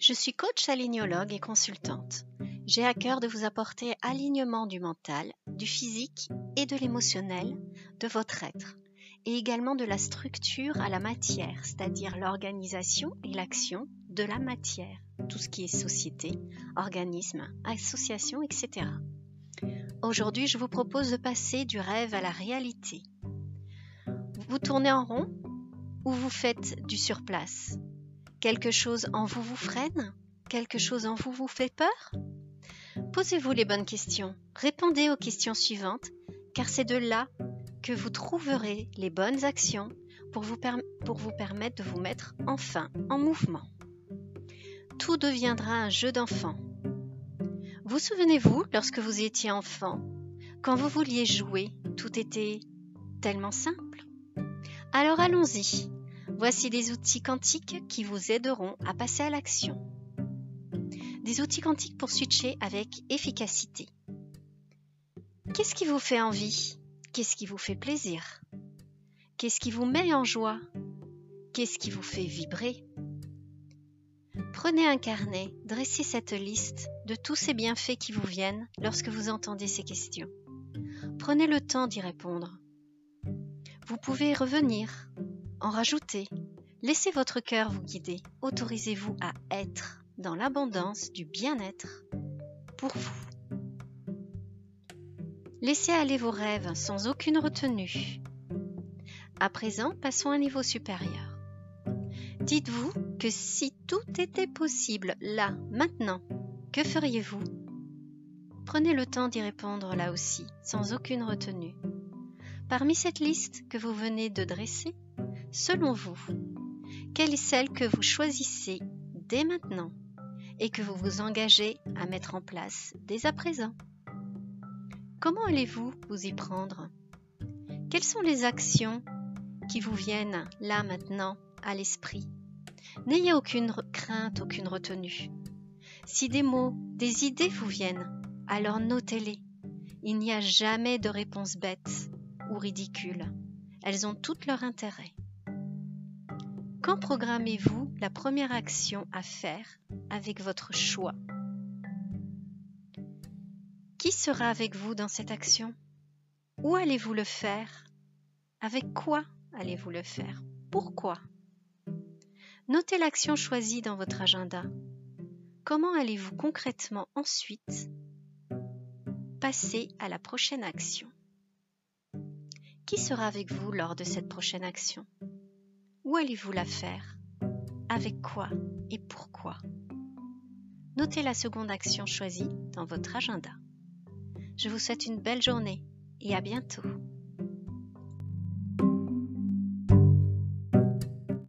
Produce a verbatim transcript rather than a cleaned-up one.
Je suis coach alignologue et consultante. J'ai à cœur de vous apporter alignement du mental, du physique et de l'émotionnel de votre être, et également de la structure à la matière, c'est-à-dire l'organisation et l'action de la matière, tout ce qui est société, organisme, association, et cetera. Aujourd'hui, je vous propose de passer du rêve à la réalité. Vous tournez en rond ou vous faites du surplace? Quelque chose en vous vous freine? Quelque chose en vous vous fait peur? Posez-vous les bonnes questions, répondez aux questions suivantes, car c'est de là que vous trouverez les bonnes actions pour vous, per- pour vous permettre de vous mettre enfin en mouvement. Tout deviendra un jeu d'enfant. Vous souvenez-vous, lorsque vous étiez enfant, quand vous vouliez jouer, tout était tellement simple? Alors allons-y. Voici des outils quantiques qui vous aideront à passer à l'action. Des outils quantiques pour switcher avec efficacité. Qu'est-ce qui vous fait envie? Qu'est-ce qui vous fait plaisir? Qu'est-ce qui vous met en joie? Qu'est-ce qui vous fait vibrer? Prenez un carnet, dressez cette liste de tous ces bienfaits qui vous viennent lorsque vous entendez ces questions. Prenez le temps d'y répondre. Vous pouvez revenir, en rajouter. Laissez votre cœur vous guider. Autorisez-vous à être dans l'abondance du bien-être pour vous. Laissez aller vos rêves sans aucune retenue. À présent, passons à un niveau supérieur. Dites-vous que si tout était possible là, maintenant, que feriez-vous? Prenez le temps d'y répondre là aussi, sans aucune retenue. Parmi cette liste que vous venez de dresser, selon vous, quelle est celle que vous choisissez dès maintenant et que vous vous engagez à mettre en place dès à présent? Comment allez-vous vous y prendre? Quelles sont les actions qui vous viennent là maintenant à l'esprit? N'ayez aucune crainte, aucune retenue. Si des mots, des idées vous viennent, alors notez-les. Il n'y a jamais de réponse bête ou ridicule. Elles ont tout leur intérêt. Quand programmez-vous la première action à faire avec votre choix? Qui sera avec vous dans cette action? Où allez-vous le faire? Avec quoi allez-vous le faire? Pourquoi? Notez l'action choisie dans votre agenda. Comment allez-vous concrètement ensuite passer à la prochaine action? Qui sera avec vous lors de cette prochaine action? Où allez-vous la faire? Avec quoi et pourquoi? Notez la seconde action choisie dans votre agenda. Je vous souhaite une belle journée et à bientôt.